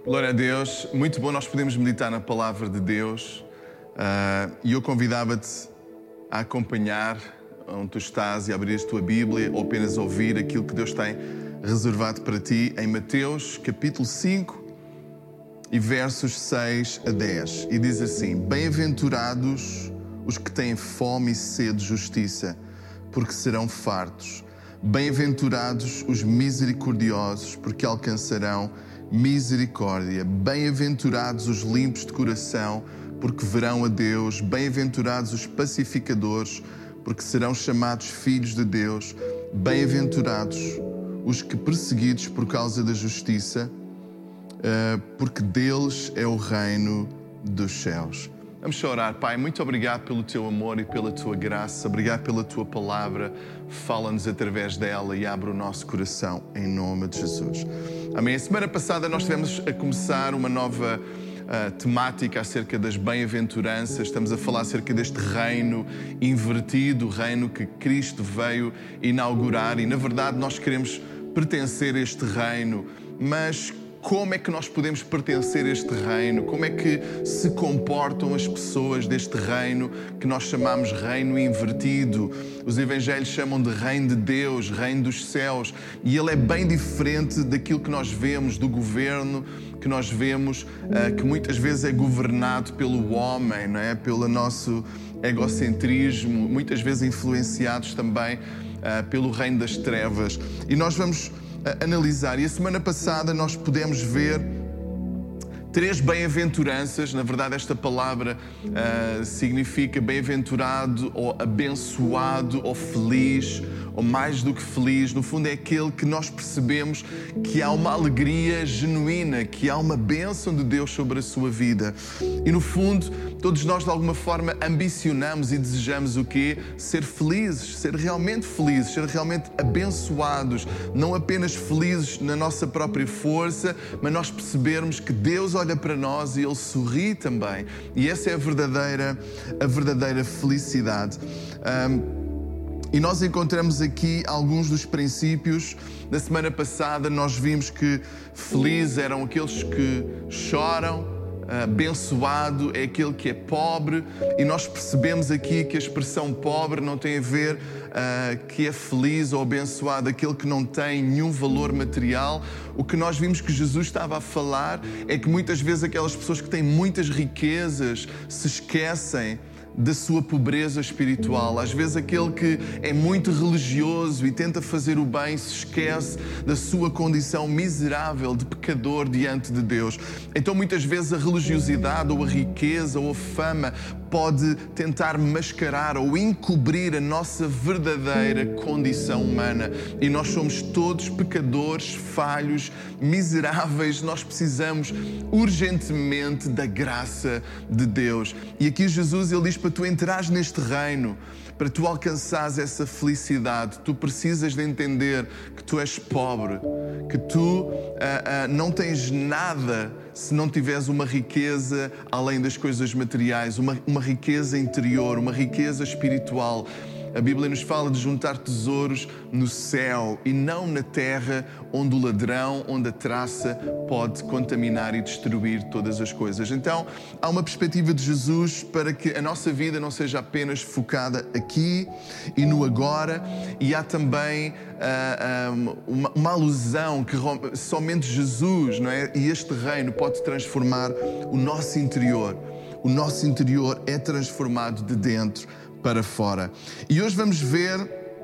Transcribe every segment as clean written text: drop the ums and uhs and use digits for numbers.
Glória a Deus, muito bom nós podemos meditar na palavra de Deus e eu convidava-te a acompanhar onde tu estás e abrir a tua Bíblia ou apenas ouvir aquilo que Deus tem reservado para ti em Mateus capítulo 5 e versos 6 a 10. E diz assim: Bem-aventurados os que têm fome e sede de justiça, porque serão fartos. Bem-aventurados os misericordiosos, porque alcançarão misericórdia. Bem-aventurados os limpos de coração, porque verão a Deus. Bem-aventurados os pacificadores, porque serão chamados filhos de Deus. Bem-aventurados os que perseguidos por causa da justiça, porque deles é o reino dos céus. Vamos orar. Pai, muito obrigado pelo teu amor e pela tua graça. Obrigado pela tua palavra. Fala-nos através dela e abre o nosso coração em nome de Jesus. Amém. A semana passada nós tivemos a começar uma nova temática acerca das bem-aventuranças. Estamos a falar acerca deste reino invertido, o reino que Cristo veio inaugurar. E na verdade nós queremos pertencer a este reino, mas como é que nós podemos pertencer a este reino? Como é que se comportam as pessoas deste reino que nós chamamos reino invertido? Os evangelhos chamam de reino de Deus, reino dos céus. E ele é bem diferente daquilo que nós vemos, do governo que nós vemos, que muitas vezes é governado pelo homem, não é? Pelo nosso egocentrismo, muitas vezes influenciados também pelo reino das trevas. E nós vamos analisar. E a semana passada nós pudemos ver 3 bem-aventuranças. Na verdade, esta palavra significa bem-aventurado ou abençoado ou feliz, ou mais do que feliz. No fundo, é aquele que nós percebemos que há uma alegria genuína, que há uma bênção de Deus sobre a sua vida. E no fundo, todos nós de alguma forma ambicionamos e desejamos o quê? Ser felizes, ser realmente abençoados, não apenas felizes na nossa própria força, mas nós percebermos que Deus olha para nós e Ele sorri também. E essa é a verdadeira felicidade. E nós encontramos aqui alguns dos princípios. Na semana passada nós vimos que felizes eram aqueles que choram, abençoado é aquele que é pobre, e nós percebemos aqui que a expressão pobre não tem a ver que é feliz ou abençoado aquele que não tem nenhum valor material. O que nós vimos que Jesus estava a falar é que muitas vezes aquelas pessoas que têm muitas riquezas se esquecem da sua pobreza espiritual. Às vezes aquele que é muito religioso e tenta fazer o bem se esquece da sua condição miserável de pecador diante de Deus. Então muitas vezes a religiosidade ou a riqueza ou a fama pode tentar mascarar ou encobrir a nossa verdadeira condição humana. E nós somos todos pecadores, falhos, miseráveis. Nós precisamos urgentemente da graça de Deus. E aqui Jesus, ele diz, para tu entrares neste reino, para tu alcançares essa felicidade, tu precisas de entender que tu és pobre, que tu não tens nada se não tiveres uma riqueza além das coisas materiais, uma riqueza interior, uma riqueza espiritual. A Bíblia nos fala de juntar tesouros no céu e não na terra, onde o ladrão, onde a traça pode contaminar e destruir todas as coisas. Então, há uma perspectiva de Jesus para que a nossa vida não seja apenas focada aqui e no agora, e há também uma alusão que somente Jesus, não é? E este reino pode transformar o nosso interior. O nosso interior é transformado de dentro para fora. E hoje vamos ver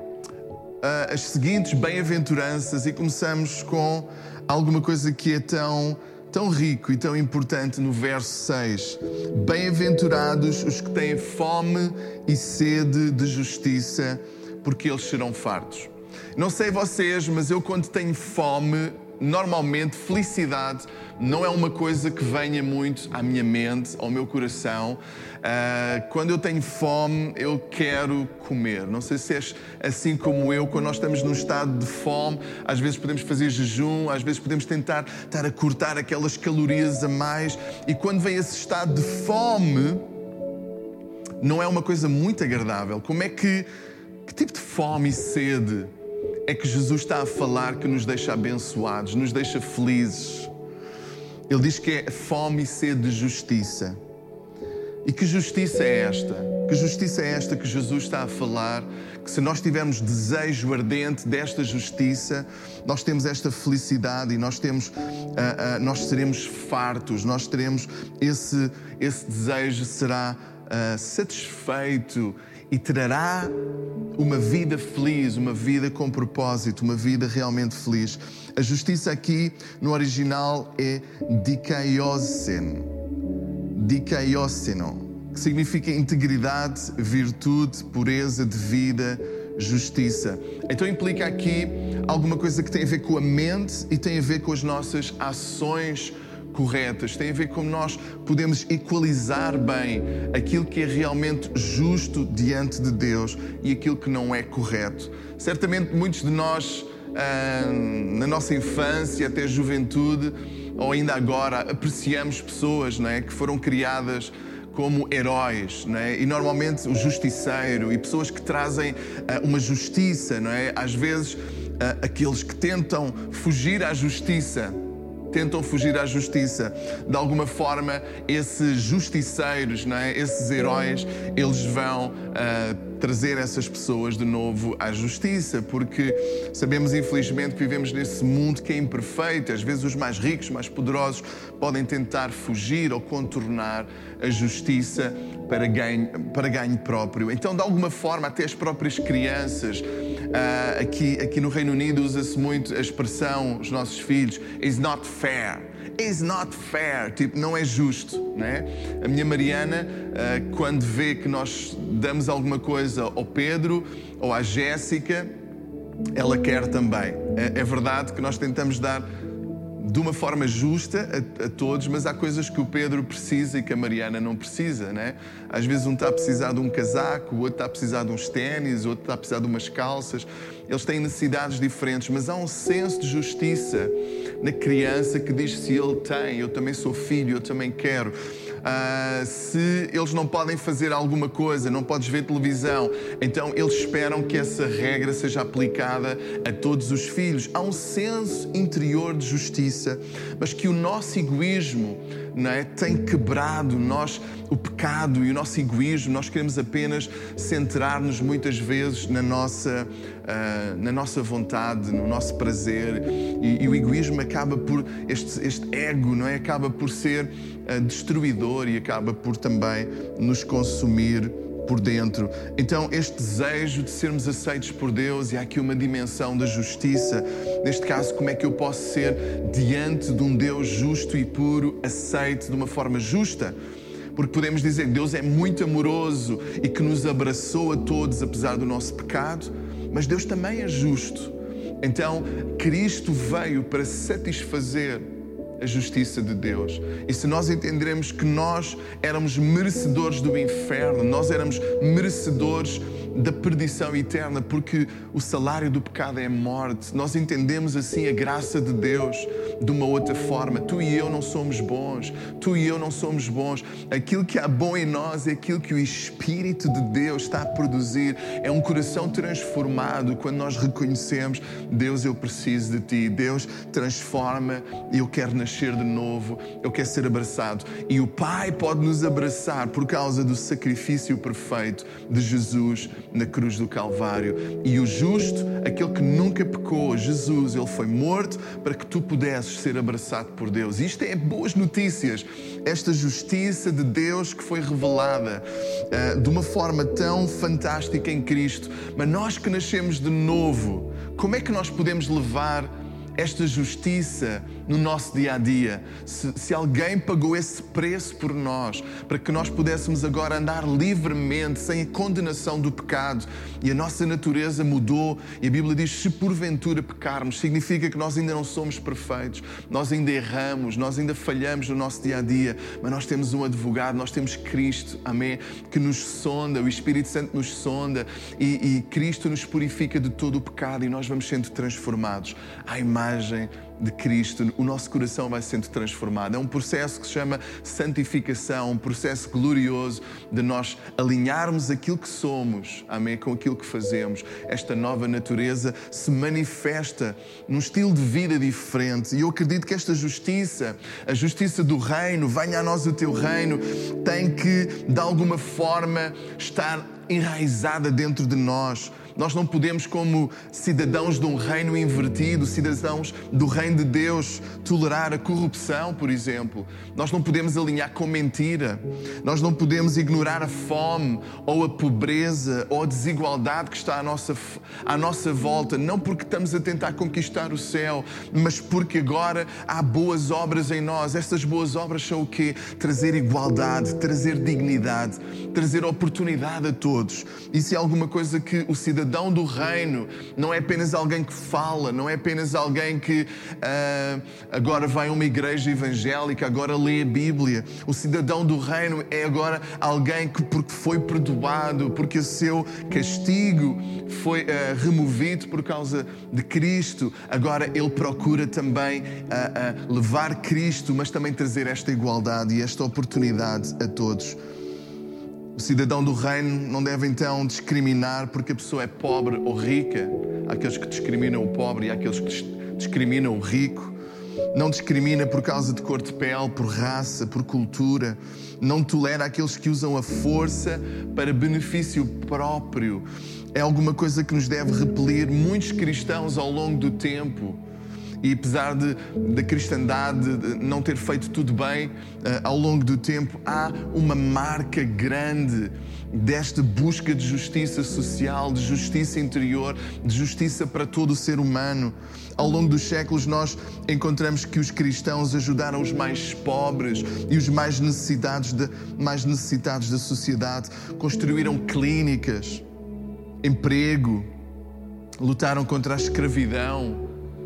as seguintes bem-aventuranças e começamos com alguma coisa que é tão rico e tão importante no verso 6. Bem-aventurados os que têm fome e sede de justiça, porque eles serão fartos. Não sei vocês, mas eu quando tenho fome, normalmente felicidade não é uma coisa que venha muito à minha mente, ao meu coração. Quando eu tenho fome, eu quero comer. Não sei se és assim como eu. Quando nós estamos num estado de fome, às vezes podemos fazer jejum, às vezes podemos tentar estar a cortar aquelas calorias a mais. E quando vem esse estado de fome, não é uma coisa muito agradável. Que tipo de fome e sede é que Jesus está a falar que nos deixa abençoados, nos deixa felizes? Ele diz que é fome e sede de justiça. E que justiça é esta? Que justiça é esta que Jesus está a falar? Que se nós tivermos desejo ardente desta justiça, nós temos esta felicidade e nós seremos fartos, nós teremos esse desejo será satisfeito e trará uma vida feliz, uma vida com propósito, uma vida realmente feliz. A justiça aqui no original é dikaioseno, que significa integridade, virtude, pureza de vida, justiça. Então implica aqui alguma coisa que tem a ver com a mente e tem a ver com as nossas ações corretas, tem a ver com nós podemos equalizar bem aquilo que é realmente justo diante de Deus e aquilo que não é correto. Certamente muitos de nós, na nossa infância até juventude, ou ainda agora, apreciamos pessoas, não é, que foram criadas como heróis, não é? E normalmente o justiceiro e pessoas que trazem uma justiça, não é? Às vezes aqueles que tentam fugir à justiça, de alguma forma esses justiceiros, não é? Esses heróis, eles vão trazer essas pessoas de novo à justiça, porque sabemos infelizmente que vivemos nesse mundo que é imperfeito. Às vezes os mais ricos, mais poderosos podem tentar fugir ou contornar a justiça para ganho próprio. Então, de alguma forma, até as próprias crianças, aqui no Reino Unido usa-se muito a expressão, os nossos filhos, is not fair. Is not fair, tipo, não é justo, não é? A minha Mariana, quando vê que nós damos alguma coisa ao Pedro ou à Jéssica, ela quer também. É verdade que nós tentamos dar de uma forma justa a todos, mas há coisas que o Pedro precisa e que a Mariana não precisa, né? Às vezes um está a precisar de um casaco, o outro está a precisar de uns ténis, o outro está a precisar de umas calças. Eles têm necessidades diferentes, mas há um senso de justiça na criança que diz: se ele tem, eu também sou filho, eu também quero. Se eles não podem fazer alguma coisa, não podes ver televisão, então eles esperam que essa regra seja aplicada a todos os filhos. Há um senso interior de justiça, mas que o nosso egoísmo, não é, tem quebrado. O pecado e o nosso egoísmo, nós queremos apenas centrar-nos muitas vezes na nossa vontade, no nosso prazer, e o egoísmo acaba por, este ego, não é? Acaba por ser destruidor e acaba por também nos consumir por dentro. Então, este desejo de sermos aceitos por Deus, e há aqui uma dimensão da justiça. Neste caso, como é que eu posso ser diante de um Deus justo e puro, aceito de uma forma justa? Porque podemos dizer que Deus é muito amoroso e que nos abraçou a todos apesar do nosso pecado, mas Deus também é justo. Então, Cristo veio para satisfazer a justiça de Deus. E se nós entendermos que nós éramos merecedores do inferno, nós éramos merecedores da perdição eterna, porque o salário do pecado é a morte, nós entendemos assim a graça de Deus de uma outra forma. Tu e eu não somos bons, Aquilo que há bom em nós é aquilo que o Espírito de Deus está a produzir. É um coração transformado quando nós reconhecemos: Deus, eu preciso de Ti. Deus, transforma, eu quero nascer de novo, eu quero ser abraçado. E o Pai pode nos abraçar por causa do sacrifício perfeito de Jesus na cruz do Calvário. E o justo, aquele que nunca pecou, Jesus, Ele foi morto para que tu pudesses ser abraçado por Deus. E isto é boas notícias. Esta justiça de Deus que foi revelada de uma forma tão fantástica em Cristo. Mas nós que nascemos de novo, como é que nós podemos levar esta justiça no nosso dia-a-dia? Se alguém pagou esse preço por nós, para que nós pudéssemos agora andar livremente, sem a condenação do pecado, e a nossa natureza mudou, e a Bíblia diz: se porventura pecarmos, significa que nós ainda não somos perfeitos, nós ainda erramos, nós ainda falhamos no nosso dia-a-dia, mas nós temos um advogado, nós temos Cristo, amém, que nos sonda, o Espírito Santo nos sonda, e Cristo nos purifica de todo o pecado, e nós vamos sendo transformados à imagem imagem de Cristo, o nosso coração vai sendo transformado. É um processo que se chama santificação, um processo glorioso de nós alinharmos aquilo que somos, amém, com aquilo que fazemos. Esta nova natureza se manifesta num estilo de vida diferente. E eu acredito que esta justiça, a justiça do reino, venha a nós o teu reino, tem que, de alguma forma, estar enraizada dentro de nós. Nós não podemos, como cidadãos de um reino invertido, cidadãos do reino de Deus, tolerar a corrupção, por exemplo. Nós não podemos alinhar com mentira. Nós não podemos ignorar a fome ou a pobreza ou a desigualdade que está à nossa volta. Não porque estamos a tentar conquistar o céu, mas porque agora há boas obras em nós. Essas boas obras são o quê? Trazer igualdade, trazer dignidade, trazer oportunidade a todos. Isso é alguma coisa que o cidadão do reino não é apenas alguém que fala, não é apenas alguém que agora vai a uma igreja evangélica, agora lê a Bíblia. O cidadão do reino é agora alguém que, porque foi perdoado, porque o seu castigo foi removido por causa de Cristo, agora ele procura também levar Cristo, mas também trazer esta igualdade e esta oportunidade a todos. O cidadão do reino não deve então discriminar porque a pessoa é pobre ou rica. Há aqueles que discriminam o pobre e há aqueles que discriminam o rico. Não discrimina por causa de cor de pele, por raça, por cultura. Não tolera aqueles que usam a força para benefício próprio. É alguma coisa que nos deve repelir muitos cristãos ao longo do tempo. E apesar da cristandade não ter feito tudo bem ao longo do tempo, há uma marca grande desta busca de justiça social, de justiça interior, de justiça para todo o ser humano. Ao longo dos séculos nós encontramos que os cristãos ajudaram os mais pobres e os mais necessitados da sociedade, construíram clínicas, emprego, lutaram contra a escravidão.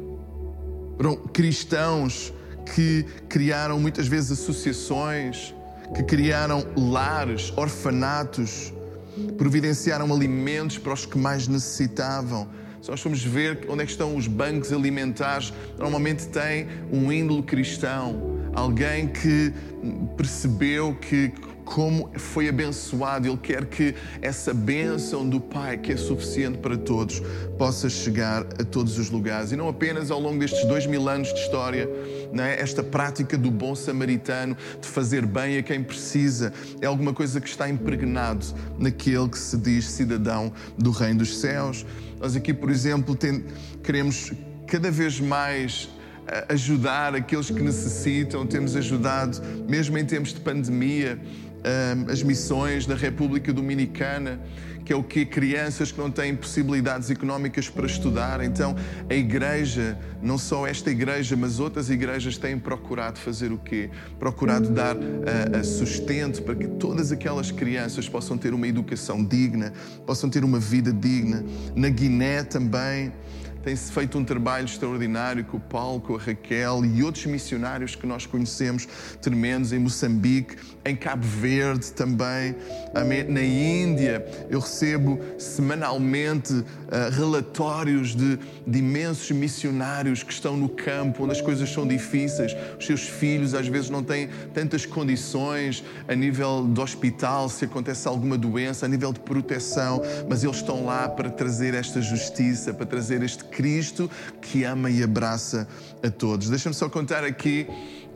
Foram cristãos que criaram muitas vezes associações, que criaram lares, orfanatos, providenciaram alimentos para os que mais necessitavam. Se nós formos ver onde é que estão os bancos alimentares, normalmente tem um índolo cristão, alguém que percebeu que como foi abençoado, ele quer que essa bênção do Pai, que é suficiente para todos, possa chegar a todos os lugares. E não apenas ao longo destes 2000 anos de história, não é? Esta prática do bom samaritano, de fazer bem a quem precisa, é alguma coisa que está impregnado naquele que se diz cidadão do Reino dos Céus. Nós aqui, por exemplo, queremos cada vez mais ajudar aqueles que necessitam. Temos ajudado, mesmo em tempos de pandemia, as missões da República Dominicana, que é o quê? Crianças que não têm possibilidades económicas para estudar. Então, a igreja, não só esta igreja, mas outras igrejas têm procurado fazer o quê? Procurado dar sustento para que todas aquelas crianças possam ter uma educação digna, possam ter uma vida digna. Na Guiné também tem-se feito um trabalho extraordinário com o Paulo, com a Raquel e outros missionários que nós conhecemos, tremendos, em Moçambique, em Cabo Verde também. Na Índia, eu recebo semanalmente relatórios de imensos missionários que estão no campo, onde as coisas são difíceis. Os seus filhos às vezes não têm tantas condições a nível de hospital, se acontece alguma doença, a nível de proteção, mas eles estão lá para trazer esta justiça, para trazer este Cristo que ama e abraça a todos. Deixa-me só contar aqui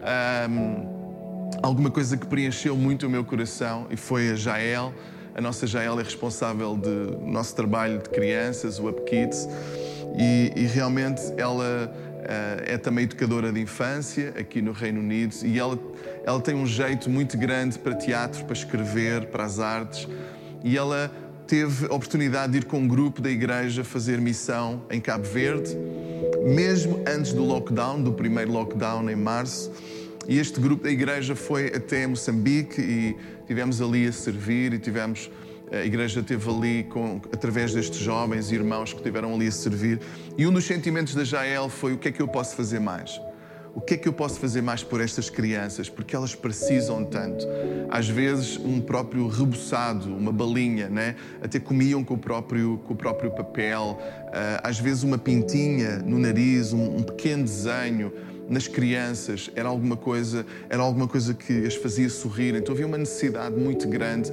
alguma coisa que preencheu muito o meu coração, e foi a Jael. A nossa Jael é responsável do nosso trabalho de crianças, o Up Kids, e realmente ela é também educadora de infância aqui no Reino Unido, e ela tem um jeito muito grande para teatro, para escrever, para as artes, e ela teve a oportunidade de ir com um grupo da igreja fazer missão em Cabo Verde, mesmo antes do lockdown, do primeiro lockdown em março. E este grupo da igreja foi até Moçambique e tivemos ali a servir e a igreja esteve ali através destes jovens e irmãos que estiveram ali a servir. E um dos sentimentos da Jael foi: o que é que eu posso fazer mais? O que é que eu posso fazer mais por estas crianças? Porque elas precisam tanto. Às vezes, um próprio reboçado, uma balinha, né? Até comiam com o próprio papel. Às vezes, uma pintinha no nariz, um pequeno desenho nas crianças, era alguma coisa que as fazia sorrir. Então havia uma necessidade muito grande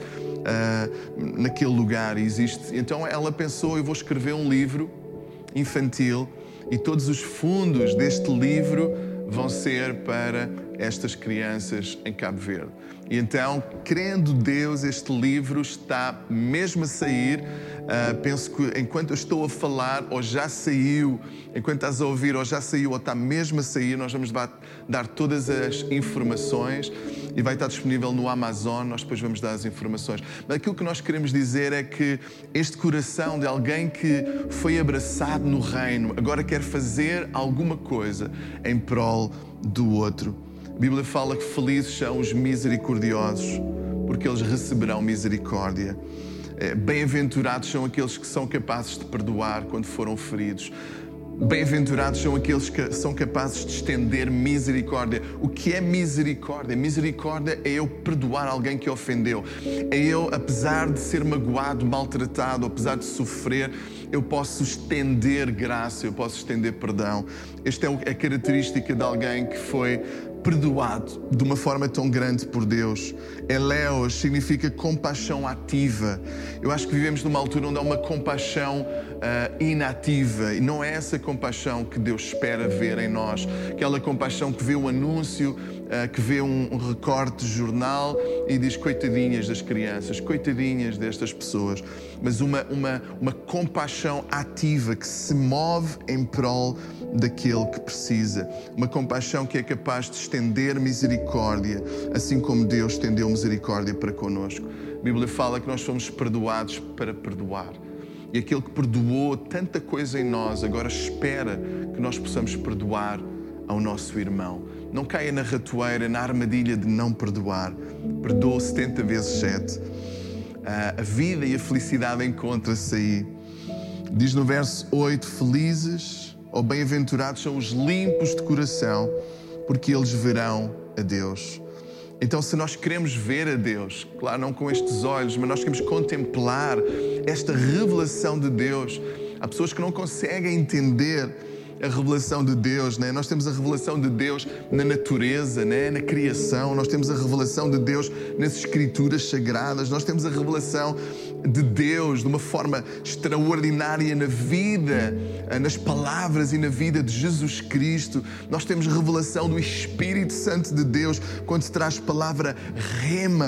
naquele lugar. Então ela pensou, eu vou escrever um livro infantil e todos os fundos deste livro vão ser para estas crianças em Cabo Verde. E então, querendo Deus, este livro está mesmo a sair. Penso que enquanto eu estou a falar, ou já saiu, enquanto estás a ouvir, ou já saiu, ou está mesmo a sair, nós vamos dar todas as informações e vai estar disponível no Amazon, nós depois vamos dar as informações. Mas aquilo que nós queremos dizer é que este coração de alguém que foi abraçado no reino, agora quer fazer alguma coisa em prol do outro. A Bíblia fala que felizes são os misericordiosos, porque eles receberão misericórdia. Bem-aventurados são aqueles que são capazes de perdoar quando foram feridos. Bem-aventurados são aqueles que são capazes de estender misericórdia. O que é misericórdia? Misericórdia é eu perdoar alguém que ofendeu. É eu, apesar de ser magoado, maltratado, apesar de sofrer, eu posso estender graça, eu posso estender perdão. Esta é a característica de alguém que foi perdoado de uma forma tão grande por Deus. Eleos significa compaixão ativa. Eu acho que vivemos numa altura onde há uma compaixão inativa, e não é essa compaixão que Deus espera ver em nós. Aquela compaixão que vê um anúncio, que vê um recorte de jornal e diz coitadinhas das crianças, coitadinhas destas pessoas. Mas uma compaixão ativa que se move em prol daquele que precisa. Uma compaixão que é capaz de estender misericórdia, assim como Deus estendeu misericórdia para connosco. A Bíblia fala que nós fomos perdoados para perdoar. E aquele que perdoou tanta coisa em nós, agora espera que nós possamos perdoar ao nosso irmão. Não caia na ratoeira, na armadilha de não perdoar. Perdoa 70 vezes 7. A vida e a felicidade encontram-se aí. Diz no verso 8, felizes ou bem-aventurados são os limpos de coração, porque eles verão a Deus. Então, se nós queremos ver a Deus, claro, não com estes olhos, mas nós queremos contemplar esta revelação de Deus. Há pessoas que não conseguem entender a revelação de Deus, né? Nós temos a revelação de Deus na natureza, né? Na criação. Nós temos a revelação de Deus nas Escrituras Sagradas. Nós temos a revelação de Deus de uma forma extraordinária na vida, nas palavras e na vida de Jesus Cristo. Nós temos revelação do Espírito Santo de Deus quando se traz palavra rema,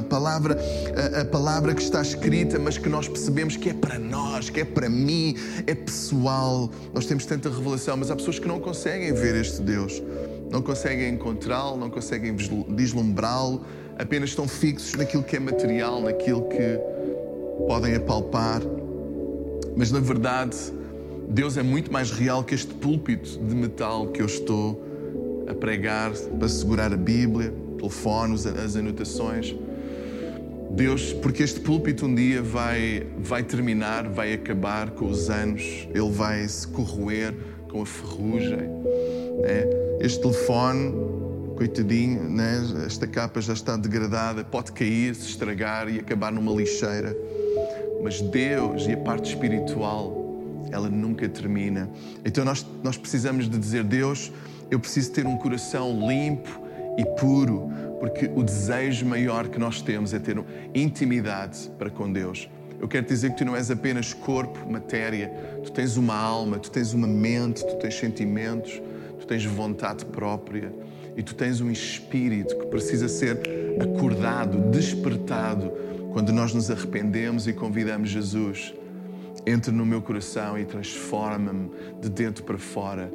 a palavra que está escrita, mas que nós percebemos que é para nós, que é para mim, é pessoal. Nós temos tanta revelação, mas há pessoas que não conseguem ver este Deus, não conseguem encontrá-lo, não conseguem vislumbrá-lo, apenas estão fixos naquilo que é material, naquilo que podem apalpar. Mas na verdade, Deus é muito mais real que este púlpito de metal que eu estou a pregar para segurar a Bíblia, telefones, as anotações. Deus, porque este púlpito um dia vai terminar, vai acabar com os anos, ele vai se corroer com a ferrugem. Né? Este telefone, coitadinho, né? Esta capa já está degradada, pode cair, se estragar e acabar numa lixeira. Mas Deus e a parte espiritual, ela nunca termina. Então nós precisamos de dizer, Deus, eu preciso ter um coração limpo e puro, porque o desejo maior que nós temos é ter intimidade para com Deus. Eu quero dizer que tu não és apenas corpo, matéria, tu tens uma alma, tu tens uma mente, tu tens sentimentos, tu tens vontade própria e tu tens um espírito que precisa ser acordado, despertado quando nós nos arrependemos e convidamos Jesus. Entra no meu coração e transforma-me de dentro para fora.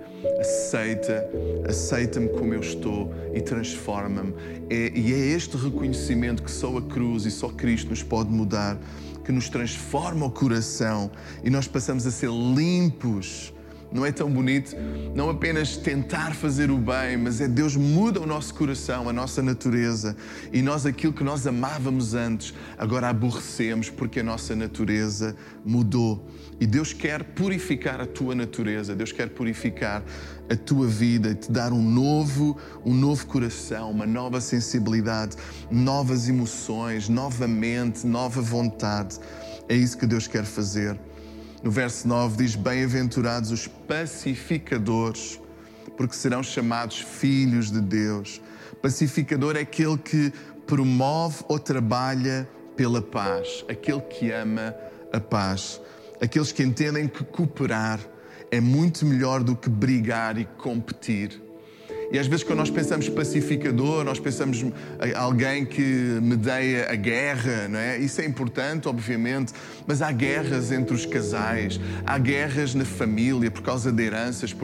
Aceita-me como eu estou e transforma-me. E é este reconhecimento que só a cruz e só Cristo nos pode mudar, que nos transforma o coração e nós passamos a ser limpos Não é tão bonito não apenas tentar fazer o bem, mas Deus muda o nosso coração, a nossa natureza, e nós aquilo que nós amávamos antes, agora aborrecemos porque a nossa natureza mudou. E Deus quer purificar a tua natureza, Deus quer purificar a tua vida e te dar um novo coração, uma nova sensibilidade, novas emoções, nova mente, nova vontade. É isso que Deus quer fazer. No verso 9 diz: bem-aventurados os pacificadores, porque serão chamados filhos de Deus. Pacificador é aquele que promove ou trabalha pela paz, aquele que ama a paz. Aqueles que entendem que cooperar é muito melhor do que brigar e competir. E às vezes quando nós pensamos pacificador, nós pensamos em alguém que medeia a guerra, não é? Isso é importante, obviamente, mas há guerras entre os casais, há guerras na família por causa de heranças,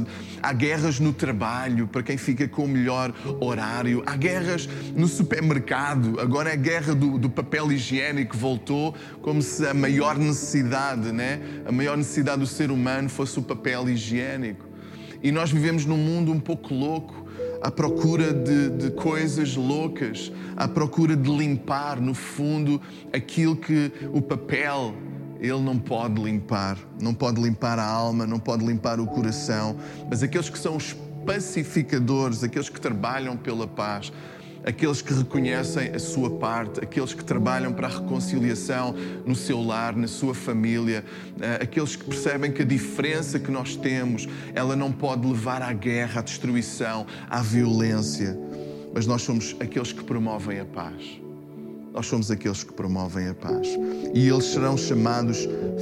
há guerras no trabalho para quem fica com o melhor horário, há guerras no supermercado. Agora é a guerra do papel higiênico, voltou como se a maior necessidade, né? A maior necessidade do ser humano fosse o papel higiênico. E nós vivemos num mundo um pouco louco, à procura de coisas loucas, à procura de limpar, no fundo, aquilo que o papel, ele não pode limpar. Não pode limpar a alma, não pode limpar o coração. Mas aqueles que são os pacificadores, aqueles que trabalham pela paz, aqueles que reconhecem a sua parte, aqueles que trabalham para a reconciliação no seu lar, na sua família, aqueles que percebem que a diferença que nós temos, ela não pode levar à guerra, à destruição, à violência, mas nós somos aqueles que promovem a paz. Nós somos aqueles que promovem a paz. E eles serão chamados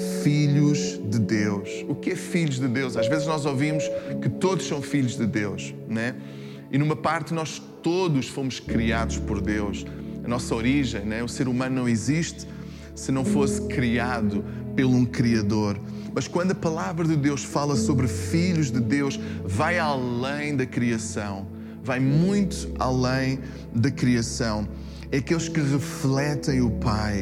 filhos de Deus. O que é filhos de Deus? Às vezes nós ouvimos que todos são filhos de Deus, né? E numa parte nós todos fomos criados por Deus. A nossa origem, né? O ser humano não existe se não fosse criado por um Criador. Mas quando a palavra de Deus fala sobre filhos de Deus, vai além da criação. Vai muito além da criação. É aqueles que refletem o Pai.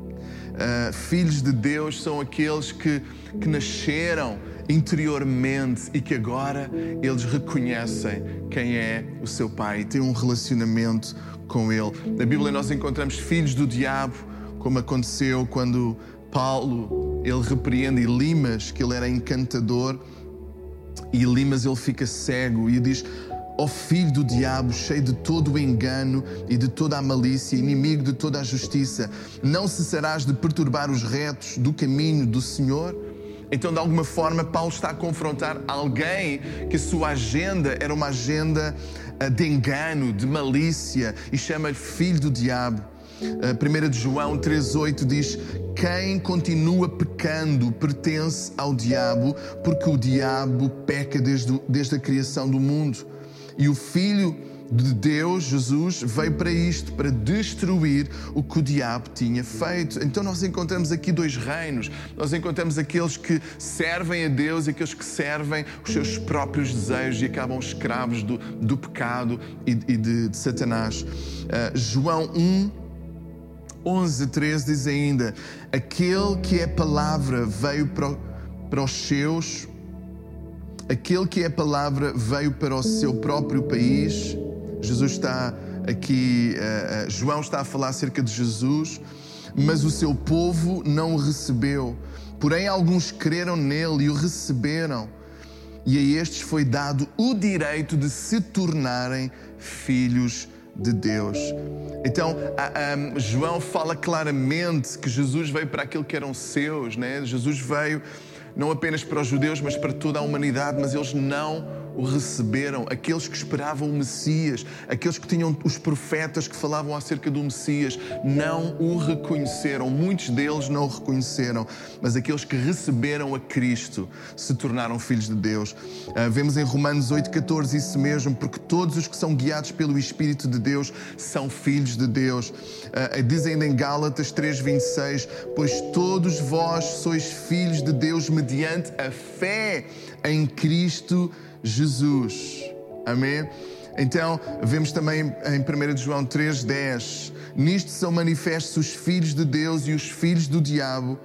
Filhos de Deus são aqueles que nasceram interiormente e que agora eles reconhecem quem é o seu Pai e têm um relacionamento com Ele. Na Bíblia nós encontramos filhos do diabo, como aconteceu quando Paulo, ele repreende Elimas, que ele era encantador, e Elimas ele fica cego e diz: ó filho do diabo, cheio de todo o engano e de toda a malícia, inimigo de toda a justiça, não cessarás de perturbar os retos do caminho do Senhor? Então, de alguma forma, Paulo está a confrontar alguém que a sua agenda era uma agenda de engano, de malícia, e chama-lhe filho do diabo. 1 de João 3,8 diz: quem continua pecando pertence ao diabo, porque o diabo peca desde a criação do mundo. E o Filho de Deus, Jesus, veio para isto, para destruir o que o diabo tinha feito. Então nós encontramos aqui dois reinos. Nós encontramos aqueles que servem a Deus e aqueles que servem os seus próprios desejos e acabam escravos do pecado e de Satanás. João 1:11-13 diz ainda: aquele que é palavra veio para os seus, aquele que é palavra veio para o seu próprio país. Jesus está aqui, João está a falar acerca de Jesus, mas o seu povo não o recebeu. Porém, alguns creram nele e o receberam. E a estes foi dado o direito de se tornarem filhos de Deus. Então, João fala claramente que Jesus veio para aquilo que eram seus, né? Jesus veio não apenas para os judeus, mas para toda a humanidade, mas eles não o receberam. Aqueles que esperavam o Messias, aqueles que tinham os profetas que falavam acerca do Messias, não o reconheceram. Muitos deles não o reconheceram, mas aqueles que receberam a Cristo se tornaram filhos de Deus. Vemos em Romanos 8:14 isso mesmo, porque todos os que são guiados pelo Espírito de Deus são filhos de Deus. Diz ainda em Gálatas 3:26, pois todos vós sois filhos de Deus mediante a fé em Cristo Jesus. Amém? Então, vemos também em 1 João 3:10, nisto são manifestos os filhos de Deus e os filhos do diabo.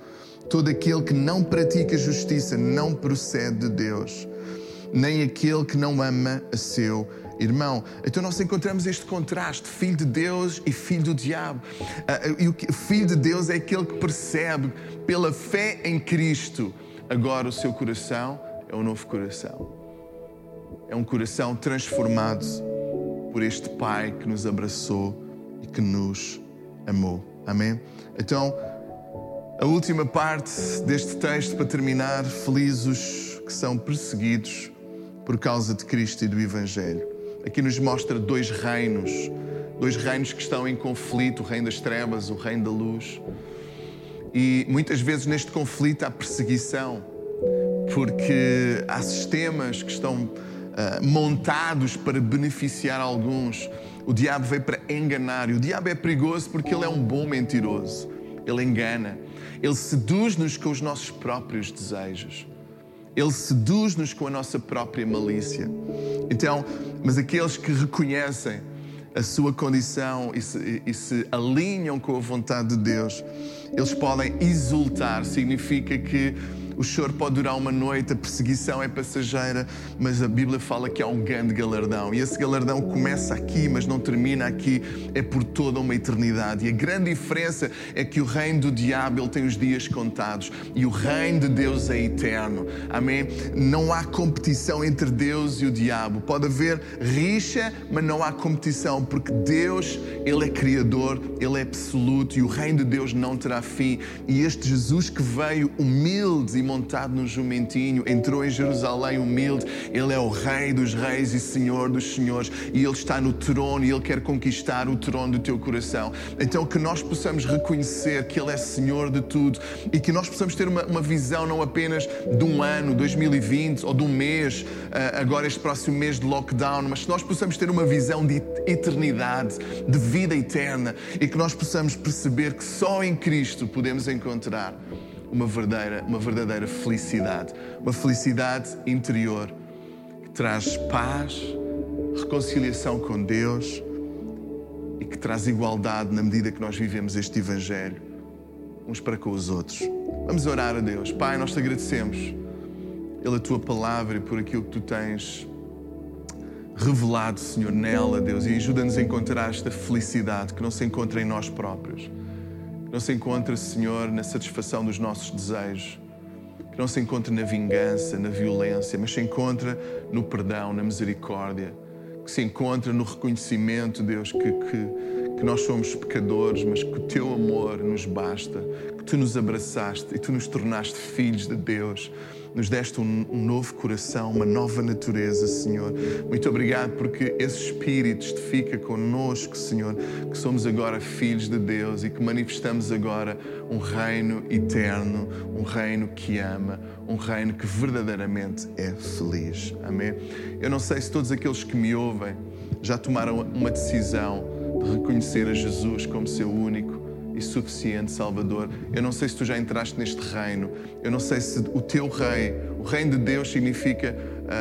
Todo aquele que não pratica justiça não procede de Deus, nem aquele que não ama a seu irmão. Então nós encontramos este contraste, filho de Deus e filho do diabo. E o filho de Deus é aquele que percebe pela fé em Cristo. Agora o seu coração é um novo coração. É um coração transformado por este Pai que nos abraçou e que nos amou. Amém? Então, a última parte deste texto para terminar: felizes os que são perseguidos por causa de Cristo e do Evangelho. Aqui nos mostra dois reinos que estão em conflito, o reino das trevas, o reino da luz. E muitas vezes neste conflito há perseguição, porque há sistemas que estão montados para beneficiar alguns. O diabo veio para enganar, e o diabo é perigoso porque ele é um bom mentiroso. Ele engana, ele seduz-nos com os nossos próprios desejos. Ele seduz-nos com a nossa própria malícia. Então, mas aqueles que reconhecem a sua condição e se alinham com a vontade de Deus, eles podem exultar. Significa que o choro pode durar uma noite, a perseguição é passageira, mas a Bíblia fala que há um grande galardão. E esse galardão começa aqui, mas não termina aqui, é por toda uma eternidade. E a grande diferença é que o reino do diabo, ele tem os dias contados, e o reino de Deus é eterno. Amém? Não há competição entre Deus e o diabo. Pode haver rixa, mas não há competição, porque Deus, ele é criador, ele é absoluto, e o reino de Deus não terá fim. E este Jesus que veio humilde e montado num jumentinho, entrou em Jerusalém humilde, ele é o Rei dos reis e Senhor dos senhores, e ele está no trono, e ele quer conquistar o trono do teu coração. Então que nós possamos reconhecer que ele é Senhor de tudo, e que nós possamos ter uma visão não apenas de um ano, 2020, ou de um mês, agora este próximo mês de lockdown, mas que nós possamos ter uma visão de eternidade, de vida eterna, e que nós possamos perceber que só em Cristo podemos encontrar uma verdadeira felicidade, uma felicidade interior que traz paz, reconciliação com Deus e que traz igualdade na medida que nós vivemos este Evangelho uns para com os outros. Vamos orar a Deus. Pai, nós te agradecemos pela tua palavra e por aquilo que tu tens revelado, Senhor, nela, Deus, e ajuda-nos a encontrar esta felicidade que não se encontra em nós próprios. Que não se encontra, Senhor, na satisfação dos nossos desejos. Que não se encontra na vingança, na violência, mas se encontra no perdão, na misericórdia. Que se encontra no reconhecimento, Deus, que nós somos pecadores, mas que o teu amor nos basta. Que tu nos abraçaste e tu nos tornaste filhos de Deus. Nos deste um novo coração, uma nova natureza, Senhor. Muito obrigado porque esse Espírito testifica connosco, Senhor, que somos agora filhos de Deus e que manifestamos agora um reino eterno, um reino que ama, um reino que verdadeiramente é feliz. Amém? Eu não sei se todos aqueles que me ouvem já tomaram uma decisão de reconhecer a Jesus como seu único e suficiente Salvador. Eu não sei se tu já entraste neste reino. Eu não sei se o teu rei, o reino de Deus significa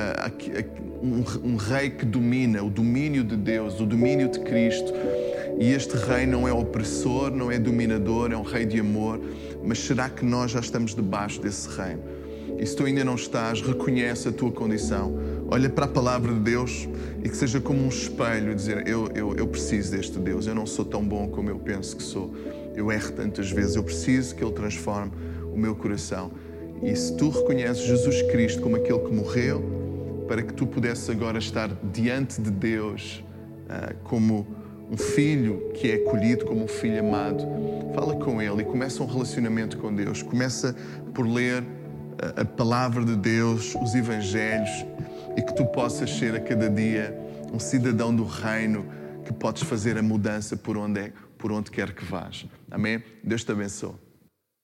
um rei que domina, o domínio de Deus, o domínio de Cristo. E este rei não é opressor, não é dominador, é um rei de amor. Mas será que nós já estamos debaixo desse reino? E se tu ainda não estás, reconhece a tua condição. Olha para a palavra de Deus e que seja como um espelho, dizer, eu preciso deste Deus, eu não sou tão bom como eu penso que sou. Eu erro tantas vezes, eu preciso que Ele transforme o meu coração. E se tu reconheces Jesus Cristo como aquele que morreu, para que tu pudesses agora estar diante de Deus como um filho que é acolhido, como um filho amado, fala com Ele e começa um relacionamento com Deus. Começa por ler a palavra de Deus, os Evangelhos, e que tu possas ser a cada dia um cidadão do reino que podes fazer a mudança por onde quer que vás. Amém? Deus te abençoe.